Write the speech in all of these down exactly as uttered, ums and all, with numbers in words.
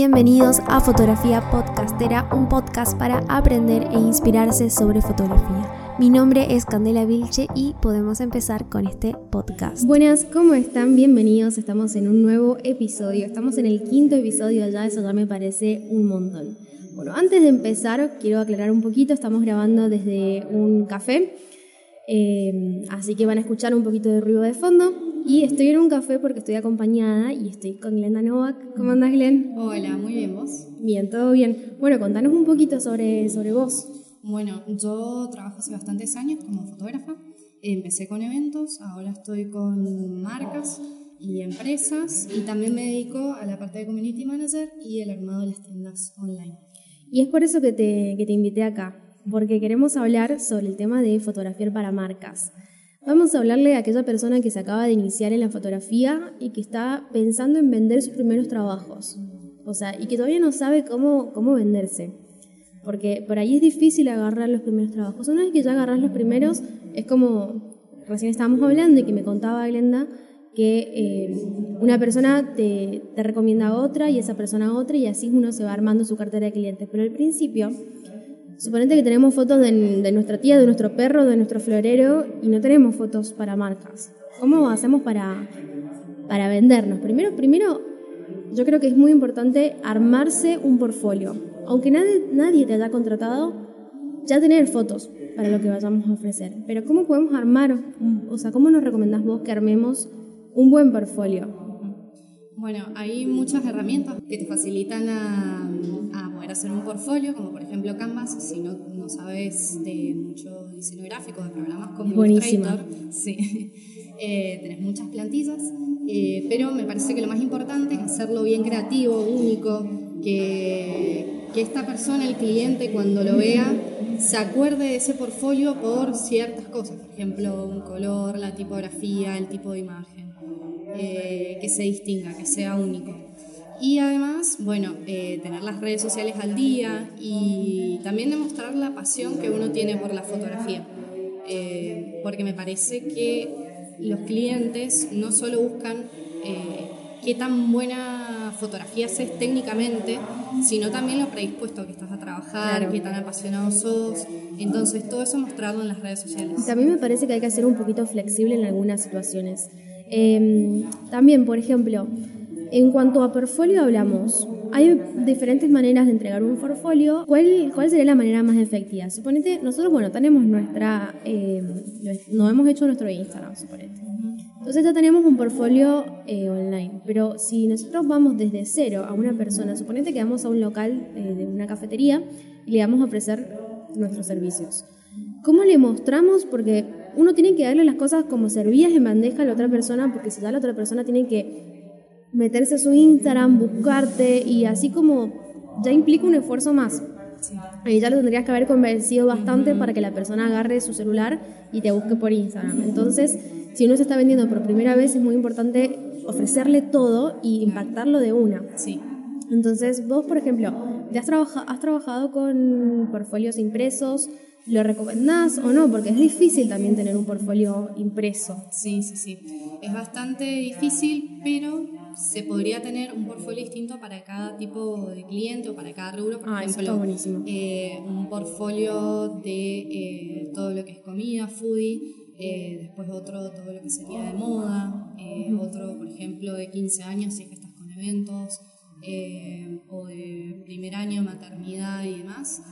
Bienvenidos a Fotografía Podcastera, un podcast para aprender e inspirarse sobre fotografía. Mi nombre es Candela Vilche y podemos empezar con este podcast. Buenas, ¿cómo están? Bienvenidos, estamos en un nuevo episodio, estamos en el quinto episodio ya, eso ya me parece un montón. Bueno, antes de empezar, quiero aclarar un poquito, estamos grabando desde un café, eh, así que van a escuchar un poquito de ruido de fondo. Y estoy en un café porque estoy acompañada y estoy con Glenda Novak. ¿Cómo andás, Glen? Hola, muy bien, ¿vos? Bien, todo bien. Bueno, contanos un poquito sobre, sobre vos. Bueno, yo trabajo hace bastantes años como fotógrafa. Empecé con eventos, ahora estoy con marcas y empresas y también me dedico a la parte de Community Manager y el armado de las tiendas online. Y es por eso que te, que te invité acá, porque queremos hablar sobre el tema de fotografiar para marcas. Vamos a hablarle a aquella persona que se acaba de iniciar en la fotografía y que está pensando en vender sus primeros trabajos. O sea, y que todavía no sabe cómo, cómo venderse. Porque por ahí es difícil agarrar los primeros trabajos. Una vez que ya agarras los primeros, es como recién estábamos hablando y que me contaba Glenda que eh, una persona te, te recomienda a otra y esa persona a otra y así uno se va armando su cartera de clientes. Pero al principio, suponete que tenemos fotos de, de nuestra tía, de nuestro perro, de nuestro florero y no tenemos fotos para marcas. ¿Cómo hacemos para, para vendernos? Primero, primero, yo creo que es muy importante armarse un portfolio. Aunque nadie, nadie te haya contratado, ya tener fotos para lo que vayamos a ofrecer. Pero ¿cómo podemos armar, o sea, cómo nos recomendás vos que armemos un buen portfolio? Bueno, hay muchas herramientas que te facilitan a, a poder hacer un portfolio, como por ejemplo Canvas, si no, no sabes de mucho diseño gráfico, de programas como Buenísima. Illustrator, sí. eh, tenés muchas plantillas, eh, pero me parece que lo más importante es hacerlo bien creativo, único, que, que esta persona, el cliente, cuando lo vea, se acuerde de ese portfolio por ciertas cosas, por ejemplo, un color, la tipografía, el tipo de imagen. Eh, que se distinga, que sea único. Y además, bueno, eh, tener las redes sociales al día y también demostrar la pasión que uno tiene por la fotografía. Eh, porque me parece que los clientes no solo buscan eh, qué tan buena fotografía haces técnicamente, sino también lo predispuesto que estás a trabajar, claro, qué tan apasionado sos. Entonces, todo eso mostrarlo en las redes sociales. También me parece que hay que ser un poquito flexible en algunas situaciones. Eh, también, por ejemplo, en cuanto a portfolio hablamos, hay diferentes maneras de entregar un portfolio. ¿Cuál, cuál sería la manera más efectiva? Suponete, nosotros, bueno, tenemos nuestra, eh, no hemos hecho nuestro Instagram, suponete. Entonces ya tenemos un portfolio eh, online, pero si nosotros vamos desde cero a una persona, suponete que vamos a un local eh, de una cafetería y le vamos a ofrecer nuestros servicios. ¿Cómo le mostramos? Porque uno tiene que darle las cosas como servidas en bandeja a la otra persona, porque si ya la otra persona tiene que meterse a su Instagram, buscarte, y así como ya implica un esfuerzo más. Sí. Y ya lo tendrías que haber convencido bastante uh-huh. para que la persona agarre su celular y te busque por Instagram. Entonces, si uno se está vendiendo por primera vez, es muy importante ofrecerle todo y impactarlo de una. Sí. Entonces, vos, por ejemplo, ¿te has, trabaja- has trabajado con portfolios impresos? ¿Lo recomendás o no? Porque es difícil también tener un portfolio impreso. Sí, sí, sí. Es bastante difícil, pero se podría tener un portfolio distinto para cada tipo de cliente o para cada rubro. Por ah, ejemplo, está buenísimo. Eh, un portfolio de eh, todo lo que es comida, foodie, eh, después otro todo lo que sería de moda, eh, otro, por ejemplo, de quince años si es que estás con eventos, eh, o de primer año, maternidad y demás.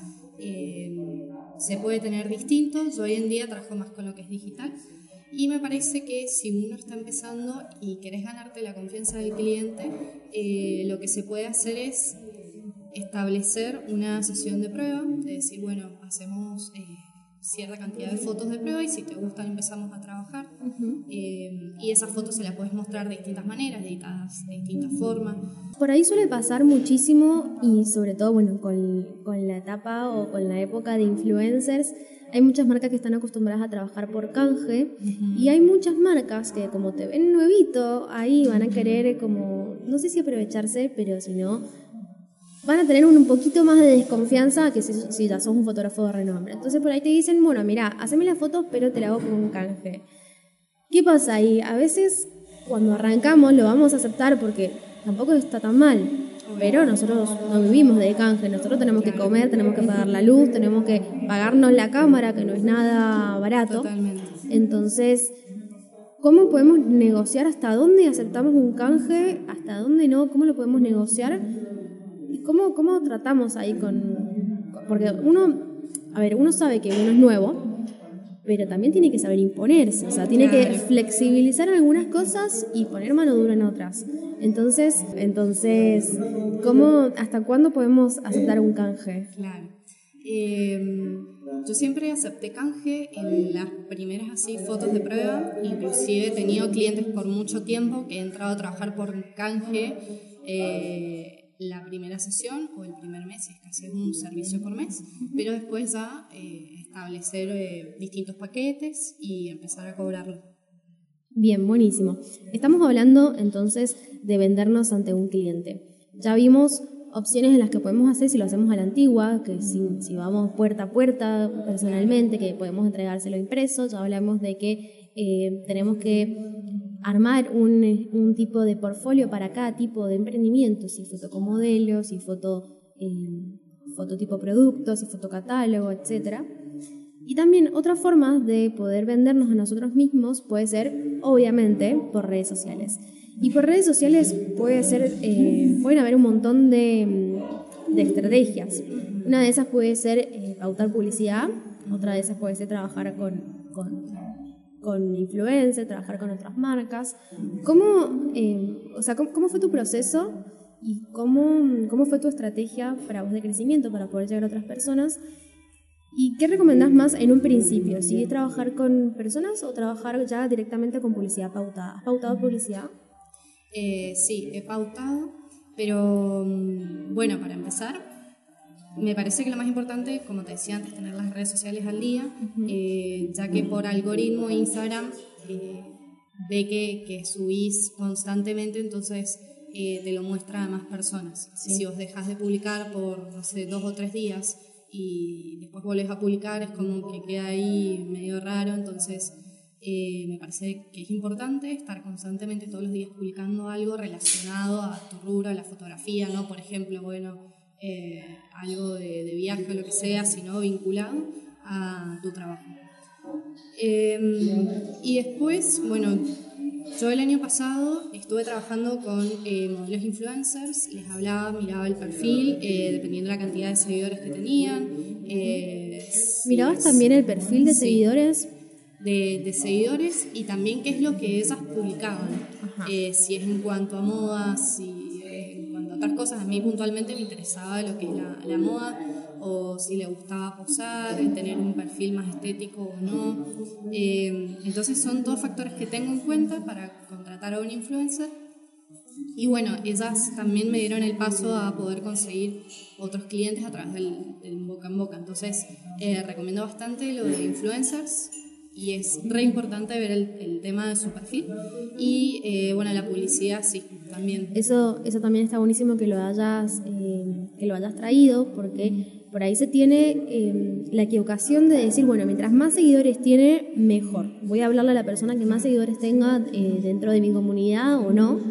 Eh, se puede tener distintos. Yo hoy en día trabajo más con lo que es digital y me parece que si uno está empezando y querés ganarte la confianza del cliente, eh, lo que se puede hacer es establecer una sesión de prueba, de decir, bueno, hacemos eh, cierta cantidad de fotos de prueba y si te gustan empezamos a trabajar. Uh-huh. eh, y esas fotos se las puedes mostrar de distintas maneras, editadas de distintas formas. Por ahí suele pasar muchísimo y sobre todo bueno con, con la etapa o con la época de influencers, hay muchas marcas que están acostumbradas a trabajar por canje. Uh-huh. Y hay muchas marcas que como te ven nuevito, ahí van a querer como, no sé si aprovecharse, pero si no, van a tener un poquito más de desconfianza que si, si ya sos un fotógrafo de renombre. Entonces por ahí te dicen, bueno, mira, haceme las fotos, pero te la hago con un canje. ¿Qué pasa ahí? A veces cuando arrancamos lo vamos a aceptar porque tampoco está tan mal. pero nosotros no vivimos de canje, nosotros tenemos que comer, tenemos que pagar la luz, tenemos que pagarnos la cámara, que no es nada barato. Totalmente. Entonces, ¿cómo podemos negociar? ¿Hasta dónde aceptamos un canje? ¿Hasta dónde no? ¿Cómo lo podemos negociar? ¿Y cómo, cómo tratamos ahí con...? Porque uno, a ver, uno sabe que uno es nuevo, pero también tiene que saber imponerse, o sea, tiene Claro. que flexibilizar algunas cosas y poner mano dura en otras. Entonces, entonces, ¿cómo, hasta cuándo podemos aceptar un canje? Claro. Eh, yo siempre acepté canje en las primeras así fotos de prueba, inclusive he tenido clientes por mucho tiempo que he entrado a trabajar por canje eh, la primera sesión o el primer mes, si es que haces un servicio por mes, pero después ya eh, establecer eh, distintos paquetes y empezar a cobrarlo. Bien, buenísimo. Estamos hablando entonces de vendernos ante un cliente. Ya vimos opciones en las que podemos hacer si lo hacemos a la antigua, que si, si vamos puerta a puerta personalmente, que podemos entregárselo impreso. Ya hablamos de que eh, tenemos que armar un, un tipo de portfolio para cada tipo de emprendimiento, si foto con modelos, si foto, eh, fototipo productos, si fotocatálogo, etcétera. Y también otra forma de poder vendernos a nosotros mismos puede ser, obviamente, por redes sociales. Y por redes sociales puede ser, eh, pueden haber un montón de, de estrategias. Una de esas puede ser eh, pautar publicidad, otra de esas puede ser trabajar con, con, con influencers, trabajar con otras marcas. ¿Cómo, eh, o sea, cómo, cómo fue tu proceso y cómo, cómo fue tu estrategia para vos de crecimiento, para poder llegar a otras personas? ¿Y qué recomendás más en un principio? ¿Sí trabajar con personas o trabajar ya directamente con publicidad pautada? ¿Has pautado publicidad? Eh, sí, he pautado, pero bueno, para empezar, me parece que lo más importante, como te decía antes, tener las redes sociales al día, uh-huh. eh, ya que por algoritmo Instagram eh, ve que, que subís constantemente, entonces eh, te lo muestra a más personas. Sí. Si vos dejas de publicar por, no sé, dos o tres días y después volvés a publicar, es como que queda ahí medio raro, entonces eh, me parece que es importante estar constantemente todos los días publicando algo relacionado a tu rubro, a la fotografía, ¿no? Por ejemplo, bueno, eh, algo de, de viaje o lo que sea, sino vinculado a tu trabajo. Eh, y después, bueno, yo el año pasado estuve trabajando con eh, modelos influencers, les hablaba, miraba el perfil, eh, dependiendo de la cantidad de seguidores que tenían. Eh, ¿Mirabas si también el perfil de sí, seguidores? De, de seguidores y también qué es lo que ellas publicaban. Eh, si es en cuanto a moda, si es en cuanto a otras cosas. A mí puntualmente me interesaba lo que es la, la moda, o si le gustaba posar, tener un perfil más estético o no. Eh, entonces son todos factores que tengo en cuenta para contratar a un influencer. Y bueno, ellas también me dieron el paso a poder conseguir otros clientes a través del, del boca en boca. Entonces eh, recomiendo bastante lo de influencers y es re importante ver el, el tema de su perfil. Y eh, bueno, la publicidad sí, también. Eso, eso también está buenísimo que lo hayas, eh, que lo hayas traído, porque por ahí se tiene eh, la equivocación de decir, bueno, mientras más seguidores tiene, mejor. Voy a hablarle a la persona que más seguidores tenga eh, dentro de mi comunidad o no.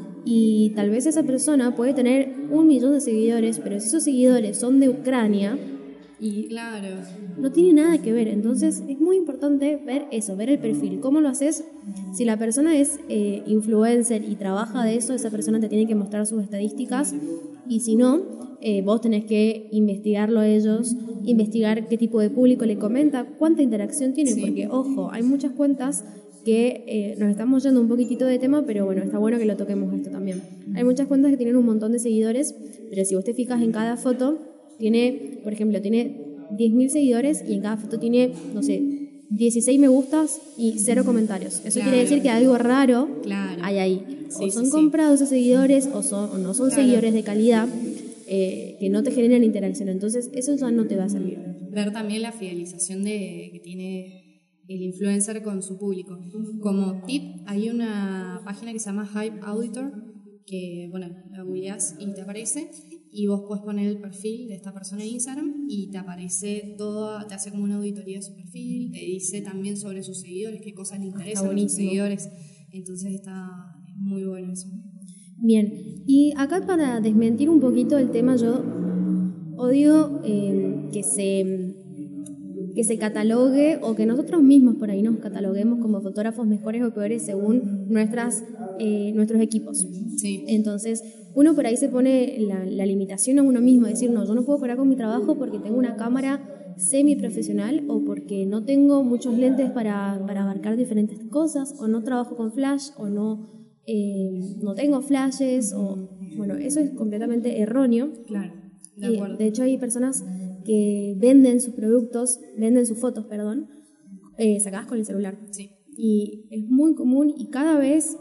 Y tal vez esa persona puede tener un millón de seguidores, pero si esos seguidores son de Ucrania, y claro, no tiene nada que ver. Entonces es muy importante ver eso, ver el perfil. ¿Cómo lo haces? Si la persona es eh, influencer y trabaja de eso, esa persona te tiene que mostrar sus estadísticas, y si no, eh, vos tenés que investigarlo a ellos, investigar qué tipo de público le comenta, cuánta interacción tiene, sí. Porque, ojo, hay muchas cuentas que eh, nos estamos yendo un poquitito de tema, pero bueno, está bueno que lo toquemos esto también. Hay muchas cuentas que tienen un montón de seguidores, pero si vos te fijas en cada foto, tiene, por ejemplo, tiene diez mil seguidores y en cada foto tiene, no sé, dieciséis me gustas y cero comentarios. Eso claro. Quiere decir que algo raro claro. hay ahí. Sí, o son sí, comprados sí. esos seguidores o, son, o no son claro. seguidores de calidad eh, que no te generan interacción. Entonces, eso ya no te va a servir. Ver también la fidelización de, que tiene el influencer con su público. Como tip, hay una página que se llama Hype Auditor, que, bueno, la googleás y te aparece, y vos podés poner el perfil de esta persona en Instagram y te aparece todo, te hace como una auditoría de su perfil, te dice también sobre sus seguidores, qué cosas le interesan a sus seguidores, entonces está muy bueno eso. Bien, y acá para desmentir un poquito el tema, yo odio eh, que se... que se catalogue o que nosotros mismos por ahí nos cataloguemos como fotógrafos mejores o peores según nuestras, eh, nuestros equipos. Sí. Entonces, uno por ahí se pone la, la limitación a uno mismo, decir, no, yo no puedo cobrar con mi trabajo porque tengo una cámara semi-profesional o porque no tengo muchos lentes para, para abarcar diferentes cosas, o no trabajo con flash, o no, eh, no tengo flashes, o bueno, eso es completamente erróneo. Claro, de acuerdo. Y, de hecho, hay personas que venden sus productos, venden sus fotos, perdón, eh, sacadas con el celular. Sí. Y es muy común y cada vez,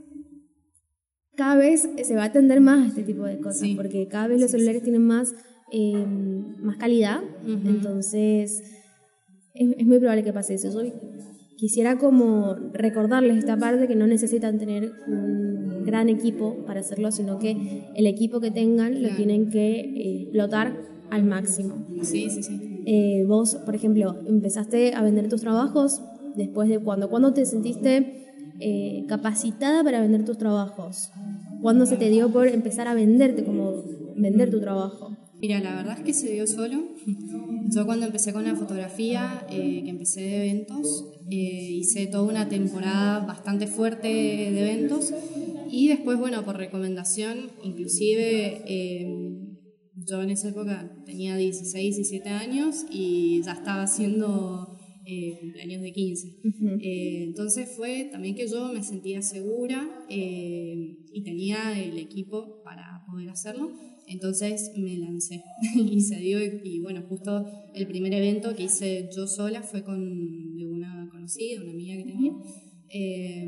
cada vez se va a atender más a este tipo de cosas, Sí. porque cada vez los Sí, celulares sí. tienen más, eh, más calidad, Uh-huh. entonces es, es muy probable que pase eso. Yo quisiera como recordarles esta parte, que no necesitan tener un gran equipo para hacerlo, sino que el equipo que tengan Claro. lo tienen que eh, explotar al máximo. Sí, sí, sí. Eh, vos, por ejemplo, empezaste a vender tus trabajos después de cuándo. ¿Cuándo te sentiste eh, capacitada para vender tus trabajos? ¿Cuándo se te dio por empezar a venderte, como vender tu trabajo? Mira, la verdad es que se dio solo. Yo cuando empecé con la fotografía, eh, que empecé de eventos, eh, hice toda una temporada bastante fuerte de eventos y después, bueno, por recomendación, inclusive eh, yo en esa época tenía dieciséis, diecisiete años y ya estaba haciendo eh, cumpleaños de quince. Uh-huh. Eh, entonces fue también que yo me sentía segura eh, y tenía el equipo para poder hacerlo. Entonces me lancé y se dio, y, y bueno, justo el primer evento que hice yo sola fue con de una conocida, una amiga que tenía. Eh,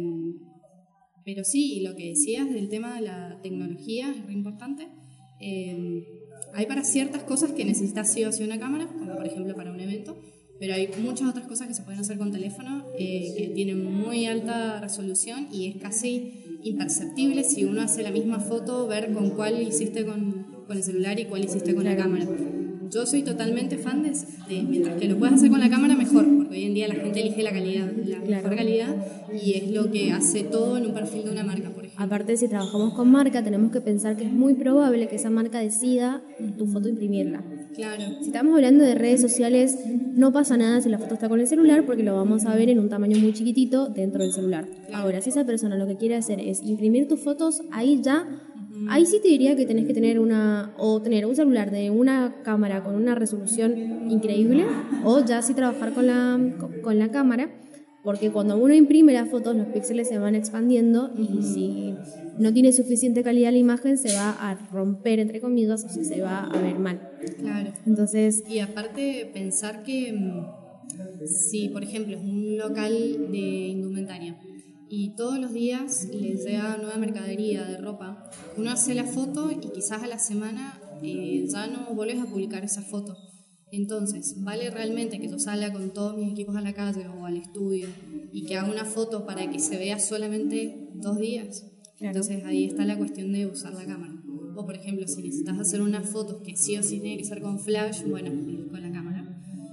pero sí, lo que decías del tema de la tecnología es muy importante. Eh, hay para ciertas cosas que necesitas sí o sí una cámara, como por ejemplo para un evento, pero hay muchas otras cosas que se pueden hacer con teléfono eh, que tienen muy alta resolución y es casi imperceptible si uno hace la misma foto ver con cuál hiciste con, con el celular y cuál hiciste con la cámara. Yo soy totalmente fan de, de mientras que lo puedas hacer con la cámara mejor, porque hoy en día la gente elige la calidad, la Claro. mejor calidad, y es lo que hace todo en un perfil de una marca, por ejemplo. Aparte, si trabajamos con marca, tenemos que pensar que es muy probable que esa marca decida tu foto imprimirla. Claro. Si estamos hablando de redes sociales, no pasa nada si la foto está con el celular, porque lo vamos a ver en un tamaño muy chiquitito dentro del celular. Claro. Ahora, si esa persona lo que quiere hacer es imprimir tus fotos, ahí ya, ahí sí te diría que tenés que tener una, o tener un celular de una cámara con una resolución increíble, o ya sí trabajar con la, con, con la cámara, porque cuando uno imprime las fotos, los píxeles se van expandiendo y si no tiene suficiente calidad la imagen, se va a romper, entre comillas, o sea, se va a ver mal. Claro. Entonces, Y aparte pensar que mm, si por ejemplo es un local de indumentaria y todos los días les llega nueva mercadería de ropa, uno hace la foto y quizás a la semana eh, ya no vuelves a publicar esa foto. Entonces, ¿vale realmente que yo salga con todos mis equipos a la calle o al estudio y que haga una foto para que se vea solamente dos días? Claro. Entonces ahí está la cuestión de usar la cámara. O por ejemplo, si necesitas hacer unas fotos que sí o sí tiene que ser con flash, bueno, con la cámara.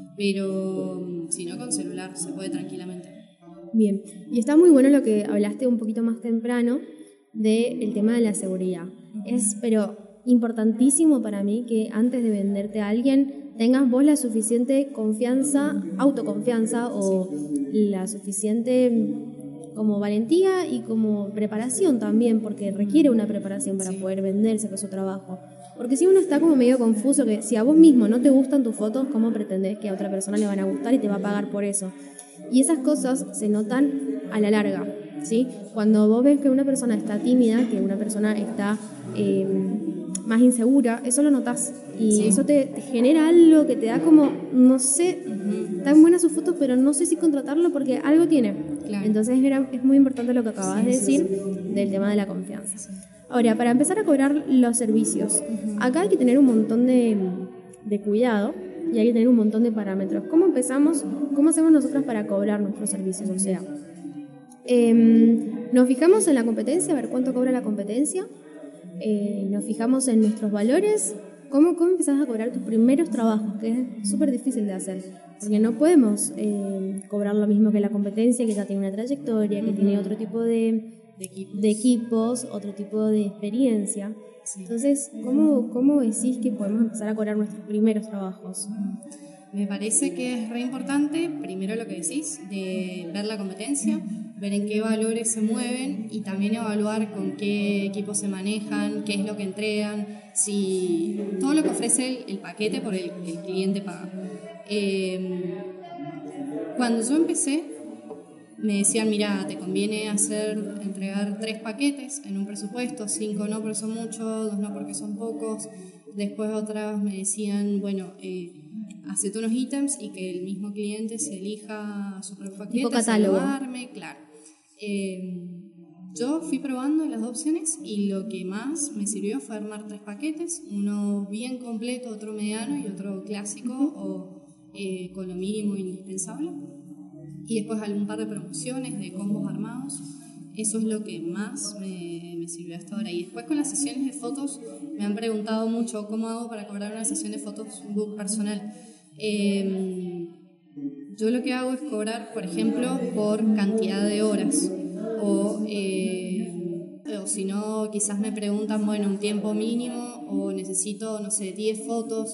Pero si no, con celular se puede tranquilamente. bien. Y está muy bueno lo que hablaste un poquito más temprano del tema de la seguridad. Es, pero importantísimo para mí que antes de venderte a alguien tengas vos la suficiente confianza, autoconfianza o la suficiente como valentía y como preparación también, porque requiere una preparación para Sí. poder venderse con su trabajo. Porque si uno está como medio confuso, que si a vos mismo no te gustan tus fotos, ¿cómo pretendés que a otra persona le van a gustar y te va a pagar por eso? Y esas cosas se notan a la larga, ¿sí? Cuando vos ves que una persona está tímida, que una persona está eh, más insegura, eso lo notás. Y Sí. eso te, te genera algo que te da como, no sé, tan buenas sus fotos, pero no sé si contratarlo porque algo tiene. Claro. Entonces era, es muy importante lo que acabas Sí, de sí, decir sí. del tema de la confianza. Ahora, para empezar a cobrar los servicios, acá hay que tener un montón de, de cuidado y hay que tener un montón de parámetros. ¿Cómo empezamos? ¿Cómo hacemos nosotros para cobrar nuestros servicios? O sea, eh, nos fijamos en la competencia, a ver cuánto cobra la competencia, eh, nos fijamos en nuestros valores. ¿Cómo, ¿Cómo empezás a cobrar tus primeros trabajos? Que es súper difícil de hacer, porque no podemos eh, cobrar lo mismo que la competencia, que ya tiene una trayectoria, que tiene otro tipo de, de equipos, de equipos otro tipo de experiencia. Sí. Entonces, ¿cómo, ¿cómo decís que podemos empezar a cobrar nuestros primeros trabajos? Me parece que es re importante, primero lo que decís, de ver la competencia, ver en qué valores se mueven y también evaluar con qué equipos se manejan, qué es lo que entregan, si todo lo que ofrece el, el paquete por el que el cliente paga. Eh, cuando yo empecé, me decían, mira, te conviene hacer, entregar tres paquetes en un presupuesto, cinco no porque son muchos, dos no porque son pocos. Después otras me decían, bueno, eh, hacete unos ítems y que el mismo cliente se elija su propio paquete, tipo catálogo. Arme, claro. Eh, yo fui probando las dos opciones y lo que más me sirvió fue armar tres paquetes, uno bien completo, otro mediano y otro clásico uh-huh. o eh, con lo mínimo indispensable. Y después algún par de promociones de combos armados. Eso es lo que más me, me sirvió hasta ahora. Y después con las sesiones de fotos me han preguntado mucho cómo hago para cobrar una sesión de fotos, un book personal. Eh, yo lo que hago es cobrar, por ejemplo, por cantidad de horas. O, eh, o si no, quizás me preguntan, bueno, un tiempo mínimo o necesito, no sé, diez fotos.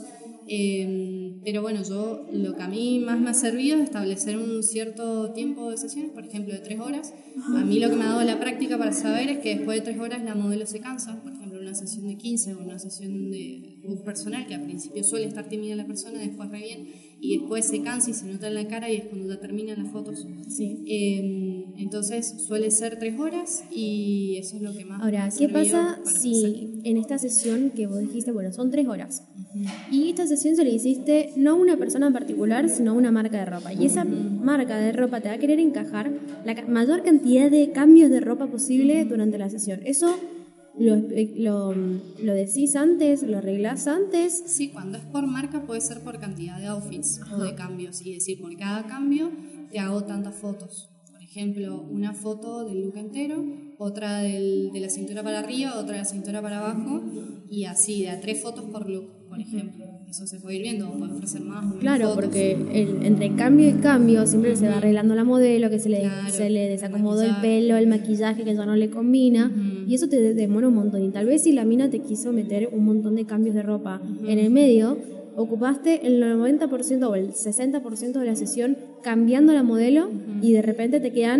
Eh, pero bueno, yo lo que a mí más me ha servido es establecer un cierto tiempo de sesiones, por ejemplo de tres horas. A mí lo que me ha dado la práctica para saber es que después de tres horas la modelo se cansa, por ejemplo una sesión de quince o una sesión de book personal, que al principio suele estar tímida la persona, después re bien, y después se cansa y se nota en la cara y es cuando ya terminan las fotos. Sí. Eh, entonces suele ser tres horas y eso es lo que más Ahora, me ha ¿qué pasa si hacer. En esta sesión que vos dijiste, bueno, son tres horas, uh-huh. y esta sesión se le hiciste no a una persona en particular, sino a una marca de ropa, y esa uh-huh. marca de ropa te va a querer encajar la mayor cantidad de cambios de ropa posible uh-huh. durante la sesión? Eso lo, lo, lo decís antes, lo arreglás antes. Sí, cuando es por marca puede ser por cantidad de outfits uh-huh. o de cambios, y decir, por cada cambio te hago tantas fotos. Por ejemplo, una foto del look entero, otra del, de la cintura para arriba, otra de la cintura para abajo, y así, de a tres fotos por look, por ejemplo. Eso se puede ir viendo, puede ofrecer más. Claro, fotos. Porque el, entre cambio y cambio siempre uh-huh. se va arreglando la modelo, que se le, claro, se le desacomodó el, el pelo, el maquillaje que ya no le combina, uh-huh. y eso te demora un montón. Y tal vez si la mina te quiso meter un montón de cambios de ropa uh-huh. en el medio, ocupaste el noventa por ciento o el sesenta por ciento de la sesión cambiando la modelo uh-huh. y de repente te quedan,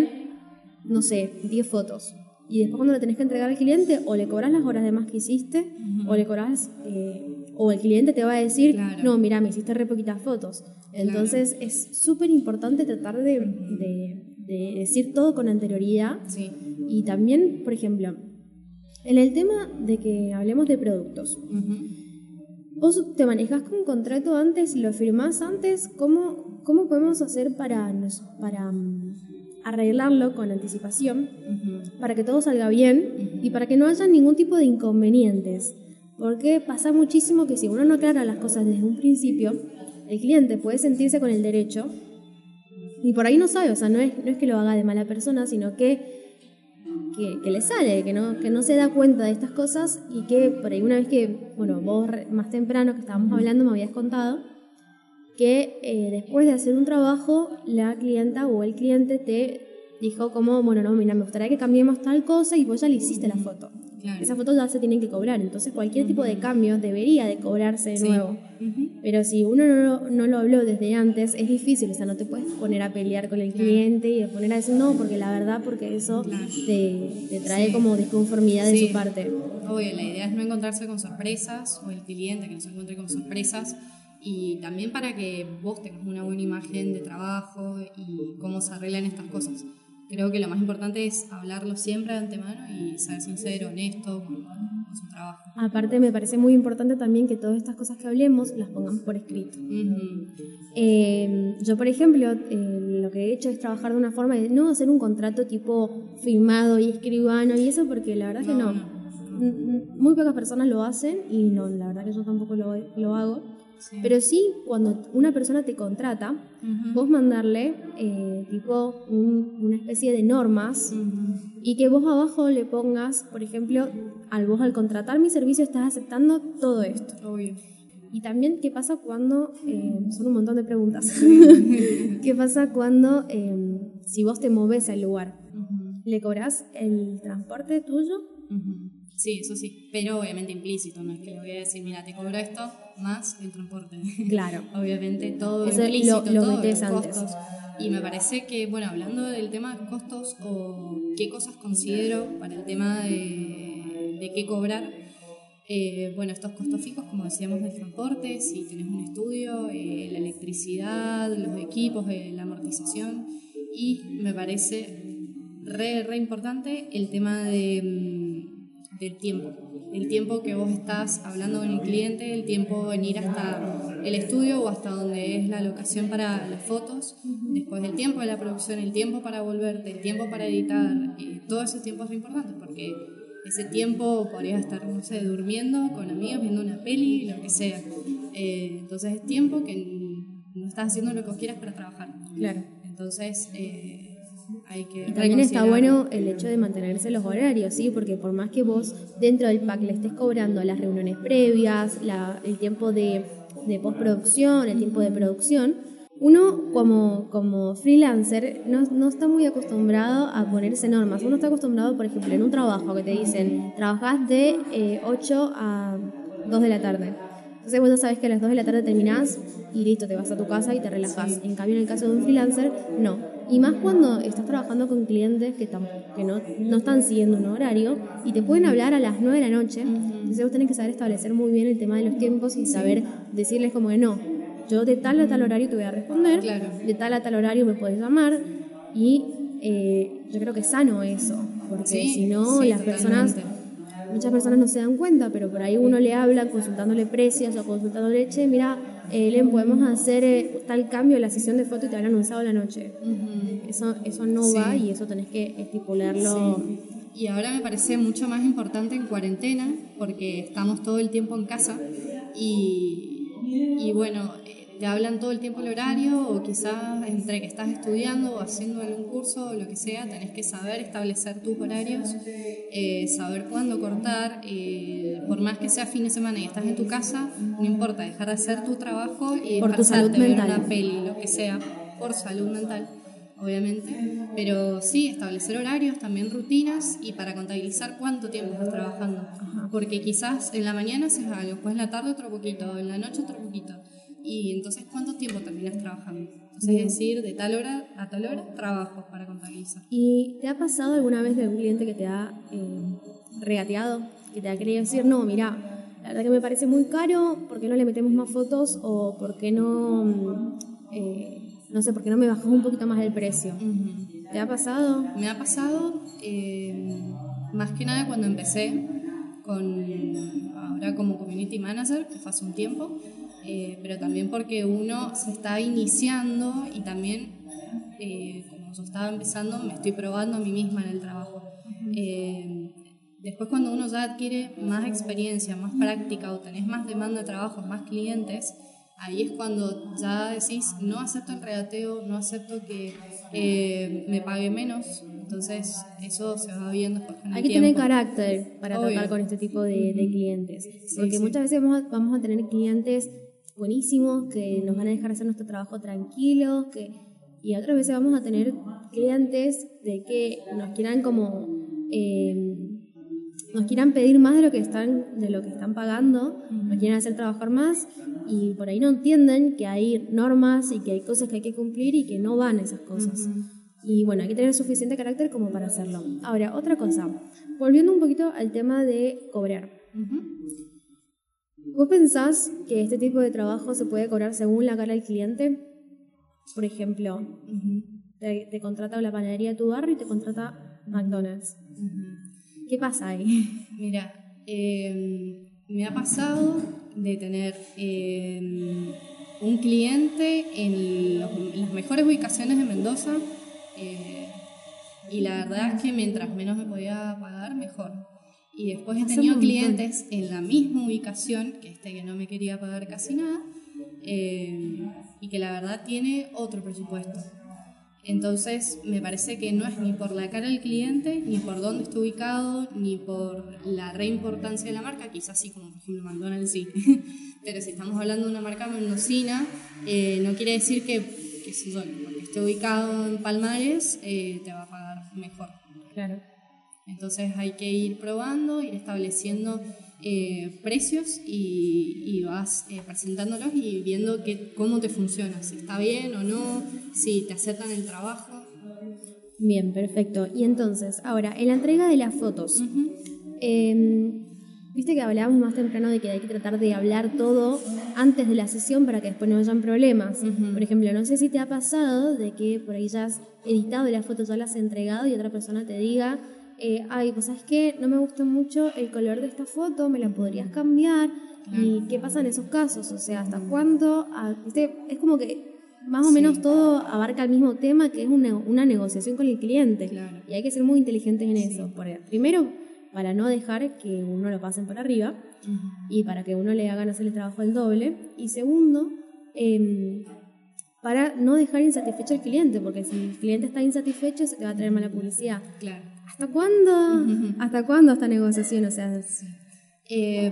no sé, diez fotos. Y después cuando le tenés que entregar al cliente, o le cobras las horas de más que hiciste, uh-huh. o le cobras, eh, o el cliente te va a decir, claro. no, mira, me hiciste re poquitas fotos. Entonces claro. es súper importante tratar de, uh-huh. de, de decir todo con anterioridad. Sí. Y también, por ejemplo, en el tema de que hablemos de productos, uh-huh. ¿vos te manejás con un contrato antes, lo firmás antes? ¿Cómo, cómo podemos hacer para, para um, arreglarlo con anticipación, uh-huh. para que todo salga bien uh-huh. y para que no haya ningún tipo de inconvenientes? Porque pasa muchísimo que si uno no aclara las cosas desde un principio, el cliente puede sentirse con el derecho y por ahí no sabe, o sea, no es, no es que lo haga de mala persona, sino que Que, que le sale, que no, que no se da cuenta de estas cosas y que por ahí una vez que, bueno, vos más temprano que estábamos hablando me habías contado que eh, después de hacer un trabajo la clienta o el cliente te dijo como, bueno, no, mira, me gustaría que cambiemos tal cosa y vos ya le hiciste la foto. Claro. Esas fotos ya se tienen que cobrar, entonces cualquier uh-huh. tipo de cambio debería de cobrarse de sí. nuevo. Uh-huh. Pero si uno no lo, no lo habló desde antes, es difícil, o sea, no te puedes poner a pelear con el claro. cliente y poner a decir no, porque la verdad, porque eso claro. te, te trae sí. como disconformidad sí. de su parte. Obvio, la idea es no encontrarse con sorpresas, o el cliente que no se encuentre con sorpresas, y también para que vos tengas una buena imagen de trabajo y cómo se arreglan estas cosas. Creo que lo más importante es hablarlo siempre de antemano y ser sincero, honesto con, con su trabajo. Aparte me parece muy importante también que todas estas cosas que hablemos las pongamos por escrito. Uh-huh. Eh, yo, por ejemplo, eh, lo que he hecho es trabajar de una forma de no hacer un contrato tipo firmado y escribano y eso, porque la verdad no, que no. no. Muy pocas personas lo hacen y no, la verdad que yo tampoco lo, lo hago. Sí. Pero sí, cuando una persona te contrata, uh-huh. vos mandarle eh, tipo un, una especie de normas uh-huh. y que vos abajo le pongas, por ejemplo, al vos al contratar mi servicio estás aceptando todo esto. Obvio. Y también, ¿qué pasa cuando, eh, son un montón de preguntas, qué pasa cuando, eh, si vos te movés al lugar? Uh-huh. ¿le cobrás el transporte tuyo? Uh-huh. Sí, eso sí, pero obviamente implícito, no es que le voy a decir, mira, te cobro esto más el transporte. Claro. Obviamente todo eso implícito, lo, lo todos metés los antes. costos. Y me parece que, bueno, hablando del tema de costos o qué cosas considero para el tema de, de qué cobrar, eh, bueno, estos costos fijos, como decíamos, del transporte, si tenés un estudio, eh, la electricidad, los equipos, eh, la amortización, y me parece re, re importante el tema de, del tiempo, el tiempo que vos estás hablando con el cliente, el tiempo en ir hasta el estudio o hasta donde es la locación para las fotos, después el tiempo de la producción, el tiempo para volverte, el tiempo para editar, eh, todo ese tiempo es importante porque ese tiempo podrías estar, no sé, durmiendo con amigos, viendo una peli, lo que sea. Eh, entonces es tiempo que no estás haciendo lo que vos quieras para trabajar. Claro. Entonces eh, hay que... Y también está bueno el hecho de mantenerse los horarios, ¿sí? Porque por más que vos dentro del pack le estés cobrando las reuniones previas, la, el tiempo de, de postproducción, el tiempo de producción, uno como, como freelancer no, no está muy acostumbrado a ponerse normas. Uno está acostumbrado, por ejemplo, en un trabajo que te dicen, trabajás de eh, ocho a dos de la tarde. Entonces vos ya sabés que a las dos de la tarde terminás y listo, te vas a tu casa y te relajás. Sí. En cambio, en el caso de un freelancer, no. Y más cuando estás trabajando con clientes que, tam- que no, no están siguiendo un horario y te pueden hablar a las nueve de la noche. Entonces vos tenés que saber establecer muy bien el tema de los tiempos y saber decirles como que no. Yo de tal a tal horario te voy a responder, claro. de tal a tal horario me puedes llamar y eh, yo creo que es sano eso, porque sí, si no sí, las personas, muchas personas no se dan cuenta, pero por ahí uno le habla consultándole precios o consultándole, che, mira, eh, Len, podemos hacer eh, tal cambio en la sesión de foto y te hablan un sábado a la noche. Uh-huh. Eso, eso no sí. va y eso tenés que estipularlo. Sí. Y ahora me parece mucho más importante en cuarentena porque estamos todo el tiempo en casa y... Y bueno, te hablan todo el tiempo el horario o quizás entre que estás estudiando o haciendo algún curso o lo que sea, tenés que saber establecer tus horarios, eh, saber cuándo cortar, eh, por más que sea fin de semana y estás en tu casa, no importa, dejar de hacer tu trabajo y por tu salud de ver mental. una peli, lo que sea, por salud mental. Obviamente, pero sí, establecer horarios, también rutinas y para contabilizar cuánto tiempo estás trabajando. Ajá. Porque quizás en la mañana haces algo, después en la tarde otro poquito, en la noche otro poquito. Y entonces, ¿cuánto tiempo terminas trabajando? Entonces, es decir, de tal hora a tal hora, trabajo para contabilizar. ¿Y te ha pasado alguna vez de un cliente que te ha eh, regateado? Que te ha querido decir, no, mira, la verdad que me parece muy caro, ¿por qué no le metemos más fotos? O ¿por qué no... Eh, no sé, ¿por qué no me bajás un poquito más el precio? Uh-huh. ¿Te ha pasado? Me ha pasado, eh, más que nada cuando empecé, con ahora como community manager, que fue hace un tiempo, eh, pero también porque uno se está iniciando y también, eh, como yo estaba empezando, me estoy probando a mí misma en el trabajo. Uh-huh. Eh, después cuando uno ya adquiere más experiencia, más práctica o tenés más demanda de trabajo, más clientes, ahí es cuando ya decís, no acepto el regateo, no acepto que eh, me pague menos. Entonces eso se va viendo después con el Hay que tiempo. tener carácter para Obvio. tratar con este tipo de, de clientes. Sí, porque sí. muchas veces vamos a, vamos a tener clientes buenísimos que nos van a dejar hacer nuestro trabajo tranquilos, que, y otras veces vamos a tener clientes de que nos quieran como... Eh, nos quieran pedir más de lo que están de lo que están pagando, uh-huh. nos quieren hacer trabajar más y por ahí no entienden que hay normas y que hay cosas que hay que cumplir y que no van esas cosas. Uh-huh. Y bueno, hay que tener suficiente carácter como para hacerlo. Ahora, otra cosa, volviendo un poquito al tema de cobrar. Uh-huh. ¿Vos pensás que este tipo de trabajo se puede cobrar según la cara del cliente? Por ejemplo, uh-huh. te, te contrata la panadería de tu barrio y te contrata McDonald's. Uh-huh. ¿Qué pasa ahí? Mira, eh, me ha pasado de tener eh, un cliente en, los, en las mejores ubicaciones de Mendoza eh, y la verdad es que mientras menos me podía pagar, mejor. Y después he tenido clientes en la misma ubicación, que este que no me quería pagar casi nada, eh, y que la verdad tiene otro presupuesto. Entonces me parece que no es ni por la cara del cliente, ni por dónde está ubicado, ni por la reimportancia de la marca, quizás sí, como por ejemplo McDonald's sí, pero si estamos hablando de una marca mendocina, eh, no quiere decir que, que si yo, porque esté ubicado en Palmares, eh, te va a pagar mejor. Claro. Entonces hay que ir probando, ir estableciendo eh, precios y, y vas eh, presentándolos y viendo que, cómo te funciona, si está bien o no, si te aceptan el trabajo. Bien, perfecto. Y entonces, ahora, en la entrega de las fotos, Uh-huh. eh, viste que hablábamos más temprano de que hay que tratar de hablar todo antes de la sesión para que después no hayan problemas. Uh-huh. Por ejemplo, no sé si te ha pasado de que por ahí ya has editado las fotos, ya las has entregado y otra persona te diga, eh, ay, pues ¿sabes qué? No me gusta mucho el color de esta foto, ¿me la podrías cambiar? Claro. ¿Y qué pasa en esos casos? O sea, ¿hasta cuándo? Ah, ¿viste? Es como que más o Sí. menos todo abarca el mismo tema, que es una, una negociación con el cliente. Claro. Y hay que ser muy inteligentes en Sí. eso. Porque, primero, para no dejar que uno lo pasen por arriba Uh-huh. y para que uno le hagan hacer el trabajo el doble. Y segundo, eh, para no dejar insatisfecho al cliente, porque si el cliente está insatisfecho se te va a traer mala publicidad. Claro. ¿Hasta cuándo? Uh-huh. ¿Hasta cuándo esta negociación? O sea, Sí. Eh,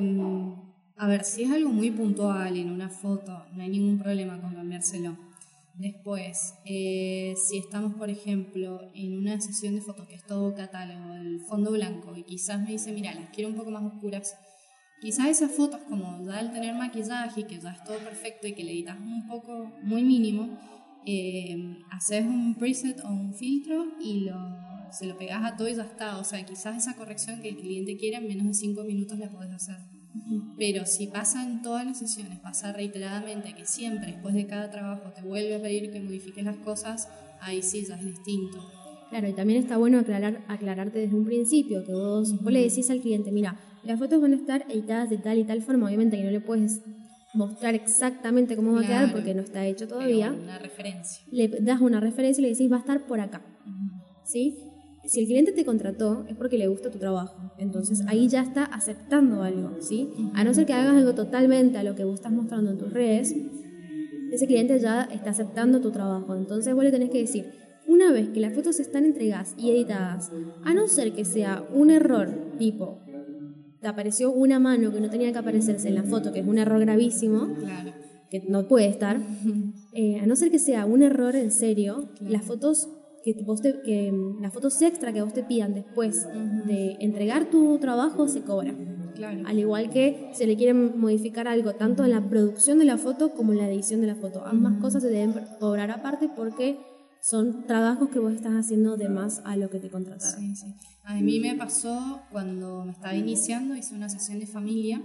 a ver, si es algo muy puntual en una foto, no hay ningún problema con cambiárselo. Después, eh, si estamos, por ejemplo, en una sesión de fotos que es todo catálogo, el fondo blanco, y quizás me dice, mira, las quiero un poco más oscuras, quizás esas fotos, como ya al tener maquillaje y que ya es todo perfecto y que le editas un poco muy mínimo, eh, haces un preset o un filtro y lo, se lo pegas a todo y ya está. O sea, quizás esa corrección que el cliente quiere en menos de cinco minutos la podés hacer. Pero si pasa en todas las sesiones, pasa reiteradamente, que siempre después de cada trabajo te vuelve a pedir que modifiques las cosas, ahí sí ya es distinto. claro, y también está bueno aclarar, aclararte desde un principio, que vos, uh-huh. vos le decís al cliente, mira, las fotos van a estar editadas de tal y tal forma, obviamente que no le puedes mostrar exactamente cómo va Claro, a quedar porque no está hecho todavía. Pero una referencia. Le das una referencia y le decís, va a estar por acá, Uh-huh. ¿sí? Si el cliente te contrató es porque le gusta tu trabajo, entonces ahí ya está aceptando algo, ¿sí? A no ser que hagas algo totalmente a lo que vos estás mostrando en tus redes, ese cliente ya está aceptando tu trabajo, entonces vos le tenés que decir, una vez que las fotos están entregadas y editadas, a no ser que sea un error tipo, te apareció una mano que no tenía que aparecerse en la foto, que es un error gravísimo, Claro. que no puede estar, eh, a no ser que sea un error en serio, claro. las fotos... Que, vos te, que las fotos extra que vos te pidan después uh-huh. de entregar tu trabajo se cobra. Claro. Al igual que se le quiere modificar algo tanto en la producción de la foto como en la edición de la foto. Ambas uh-huh. cosas se deben cobrar aparte porque son trabajos que vos estás haciendo de más a lo que te contrataron. Sí, sí. A mí me pasó cuando me estaba iniciando, hice una sesión de familia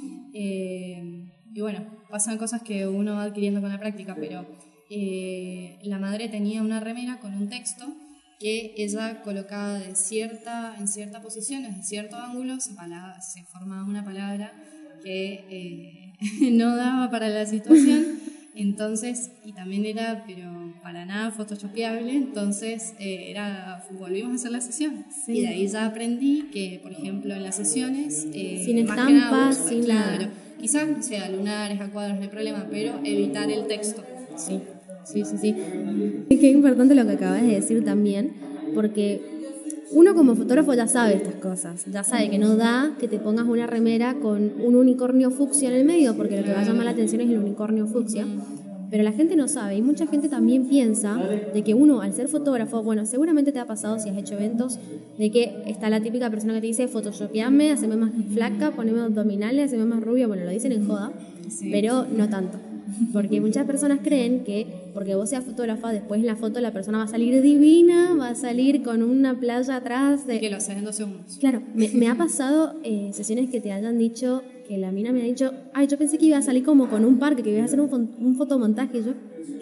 eh, y bueno, pasan cosas que uno va adquiriendo con la práctica, pero Eh, la madre tenía una remera con un texto que ella colocaba de cierta, en cierta posición, desde cierto ángulo, se, palabra, se formaba una palabra que eh, no daba para la situación, entonces, y también era, pero para nada photoshopeable, entonces eh, era, volvimos a hacer la sesión. Sí. Y de ahí ya aprendí que, por ejemplo, en las sesiones, eh, sin estampas, sin claro, nada. Quizás, o sea, lunares, a cuadros, no hay problema, pero evitar el texto. Sí. Sí, sí, sí. Qué importante lo que acabas de decir también, porque uno como fotógrafo ya sabe estas cosas, ya sabe que no da que te pongas una remera con un unicornio fucsia en el medio, porque lo que va a llamar la atención es el unicornio fucsia, pero la gente no sabe, y mucha gente también piensa de que uno, al ser fotógrafo, bueno, seguramente te ha pasado si has hecho eventos, de que está la típica persona que te dice, photoshopeame, haceme más flaca, poneme abdominales, haceme más rubia, bueno, lo dicen en joda, sí. Pero no tanto. Porque muchas personas creen que porque vos seas fotógrafa, después en la foto la persona va a salir divina, va a salir con una playa atrás de... Y que lo haces en dos segundos. Claro, me, me ha pasado eh, sesiones que te hayan dicho, que la mina me ha dicho, ay, yo pensé que iba a salir como con un parque, que iba a hacer un, un fotomontaje. Y yo,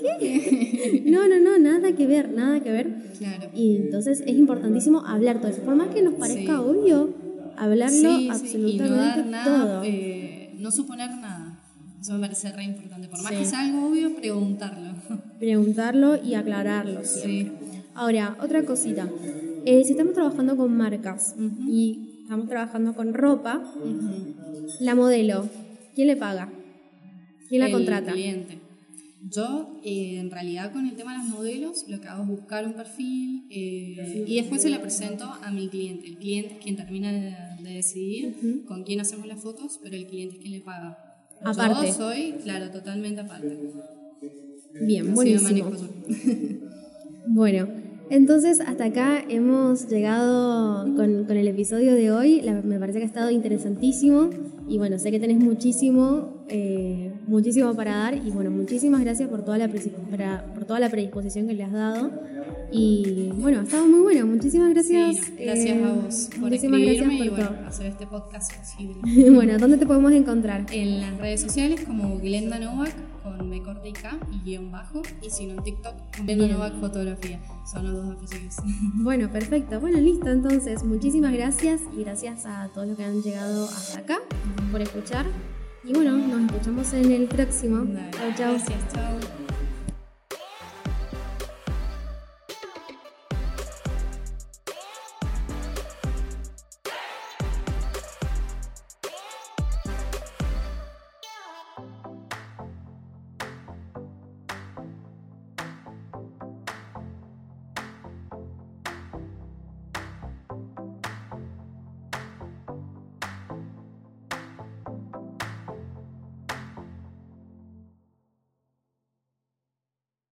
¿qué? No, no, no, nada que ver, nada que ver. Claro. Y entonces es importantísimo hablar todo eso. Por más que nos parezca sí. obvio, hablarlo sí, absolutamente sí. Y no dar nada, todo. Eh, no suponer nada. Eso me parece re importante. Por más sí. que sea algo obvio, preguntarlo. Preguntarlo y aclararlo siempre. Sí. Ahora, otra cosita. Eh, si estamos trabajando con marcas uh-huh. y estamos trabajando con ropa, uh-huh. la modelo, ¿quién le paga? ¿Quién la el contrata? El cliente. Yo, eh, en realidad, con el tema de las modelos, lo que hago es buscar un perfil eh, y después se la presento a mi cliente. El cliente es quien termina de, de decidir uh-huh. con quién hacemos las fotos, pero el cliente es quien le paga. Aparte. Yo soy, claro, totalmente aparte. Bien, buenísimo. Bueno, Entonces, hasta acá hemos llegado con, con el episodio de hoy. La, me parece que ha estado interesantísimo. Y bueno, sé que tenés muchísimo, eh, muchísimo para dar. Y bueno, muchísimas gracias por toda la, para, por toda la predisposición que le has dado. Y bueno, ha estado muy bueno. Muchísimas gracias. Sí, no, gracias eh, a vos por muchísimas escribirme gracias por y bueno, todo. hacer este podcast posible. Bueno, ¿dónde te podemos encontrar? En las redes sociales como Glenda Novak con B corta y K y guión bajo, y si no en TikTok, Glenda Novak Fotografía. Son los dos oficiales. Bueno, perfecto. Bueno, listo. Entonces, muchísimas gracias y gracias a todos los que han llegado hasta acá por escuchar. Y bueno, nos escuchamos en el próximo. Dale, chao, chao. Gracias, chao.